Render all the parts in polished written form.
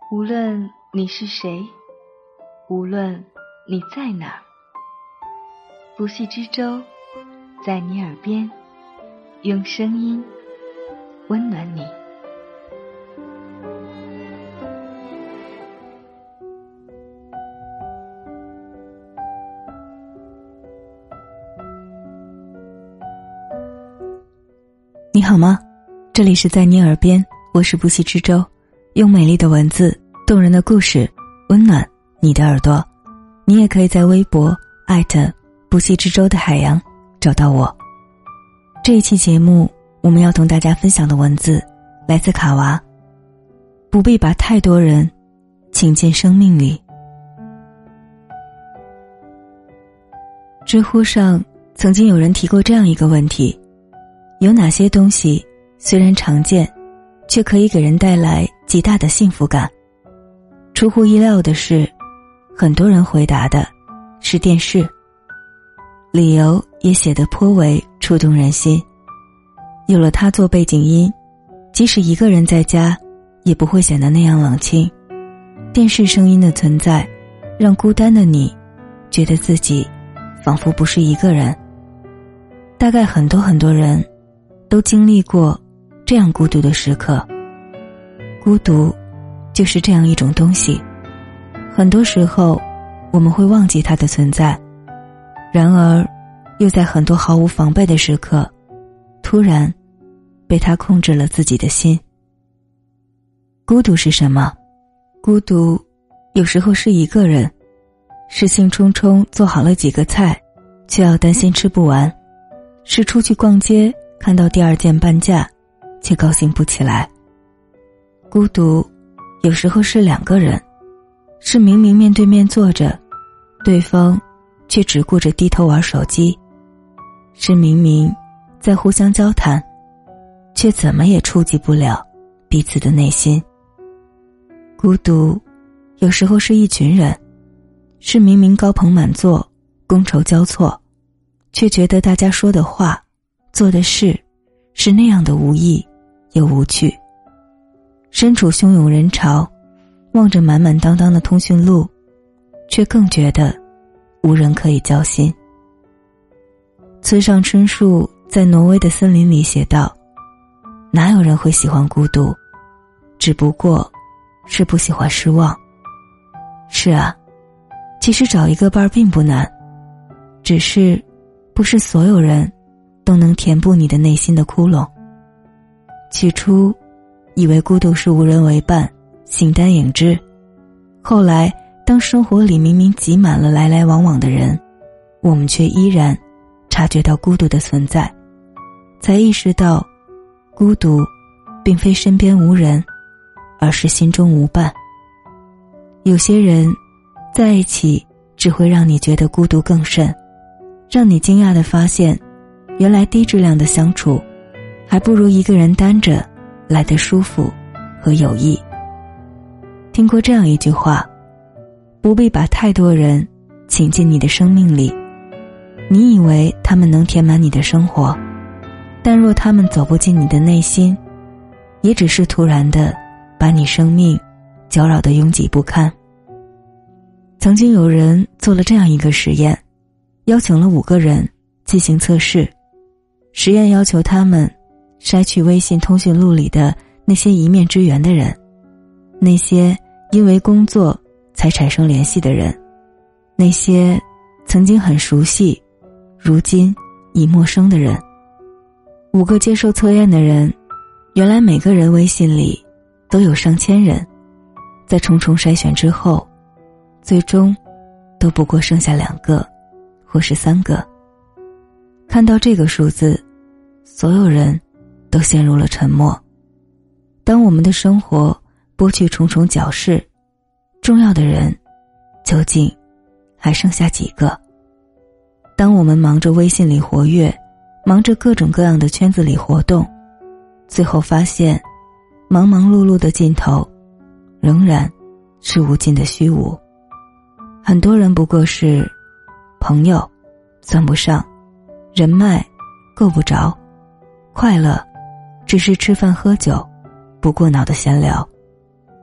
无论你是谁，无论你在哪儿，不系之舟在你耳边，用声音温暖你。 你好吗？这里是在你耳边，我是不系之舟，用美丽的文字、动人的故事温暖你的耳朵。你也可以在微博不系之舟的海洋找到我。这一期节目我们要同大家分享的文字来自卡娃。不必把太多人请进生命里。知乎上曾经有人提过这样一个问题：有哪些东西虽然常见，却可以给人带来极大的幸福感？出乎意料的是，很多人回答的是电视。理由也写得颇为触动人心。有了它做背景音，即使一个人在家，也不会显得那样冷清。电视声音的存在，让孤单的你觉得自己仿佛不是一个人。大概很多人都经历过这样孤独的时刻。孤独就是这样一种东西，很多时候我们会忘记它的存在，然而又在很多毫无防备的时刻，突然被它控制了自己的心。孤独是什么？孤独有时候是一个人，是兴冲冲做好了几个菜，却要担心吃不完，是出去逛街看到第二件半价，却高兴不起来。孤独有时候是两个人，是明明面对面坐着，对方却只顾着低头玩手机，是明明在互相交谈，却怎么也触及不了彼此的内心。孤独有时候是一群人，是明明高朋满座，觥筹交错，却觉得大家说的话做的事是那样的无意又无趣。身处汹涌人潮，望着满满当当的通讯录，却更觉得无人可以交心。村上春树在挪威的森林里写道，哪有人会喜欢孤独，只不过是不喜欢失望。是啊，其实找一个伴并不难，只是不是所有人都能填补你的内心的窟窿。起初以为孤独是无人为伴，形单影只，后来当生活里明明挤满了来来往往的人，我们却依然察觉到孤独的存在，才意识到孤独并非身边无人，而是心中无伴。有些人在一起只会让你觉得孤独更甚，让你惊讶地发现，原来低质量的相处还不如一个人单着来得舒服和有益。听过这样一句话，不必把太多人请进你的生命里。你以为他们能填满你的生活，但若他们走不进你的内心，也只是突然的把你生命搅扰得拥挤不堪。曾经有人做了这样一个实验，邀请了5个人进行测试。实验要求他们筛去微信通讯录里的那些一面之缘的人，那些因为工作才产生联系的人，那些曾经很熟悉如今已陌生的人。5个接受测验的人，原来每个人微信里都有上千人，在重重筛选之后，最终都不过剩下2个或是3个。看到这个数字，所有人都陷入了沉默。当我们的生活剥去重重矫饰，重要的人究竟还剩下几个？当我们忙着微信里活跃，忙着各种各样的圈子里活动，最后发现忙忙碌碌的尽头仍然是无尽的虚无。很多人不过是朋友算不上，人脉够不着，快乐只是吃饭喝酒不过脑的闲聊。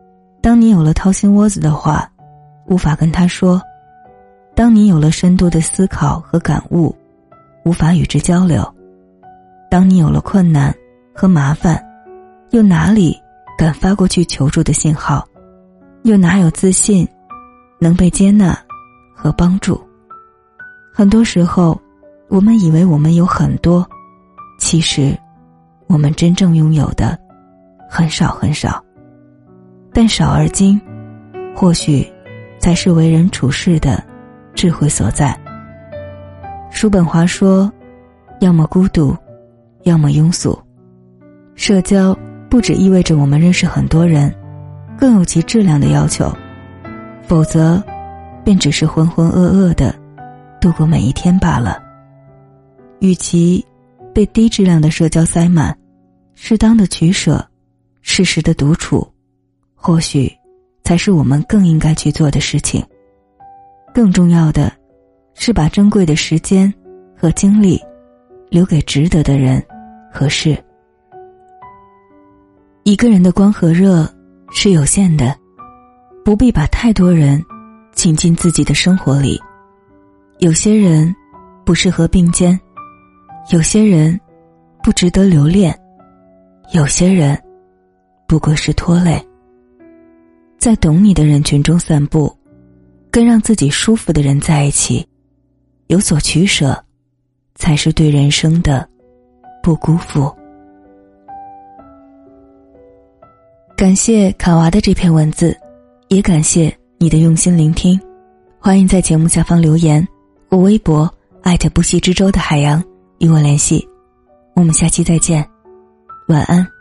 当你有了掏心窝子的话，无法跟他说；当你有了深度的思考和感悟，无法与之交流；当你有了困难和麻烦，又哪里敢发过去求助的信号？又哪有自信能被接纳和帮助？很多时候，我们以为我们有很多，其实我们真正拥有的很少很少。但少而精，或许才是为人处事的智慧所在。叔本华说，要么孤独，要么庸俗。社交不只意味着我们认识很多人，更有其质量的要求，否则便只是浑浑噩噩的度过每一天罢了。与其被低质量的社交塞满，适当的取舍，适时的独处，或许才是我们更应该去做的事情。更重要的是把珍贵的时间和精力留给值得的人和事。一个人的光和热是有限的，不必把太多人请进自己的生活里。有些人不适合并肩，有些人不值得留恋，有些人不过是拖累。在懂你的人群中散步，跟让自己舒服的人在一起，有所取舍，才是对人生的不辜负。感谢卡娃的这篇文字，也感谢你的用心聆听。欢迎在节目下方留言或微博不息之舟的海洋与我联系。我们下期再见，晚安。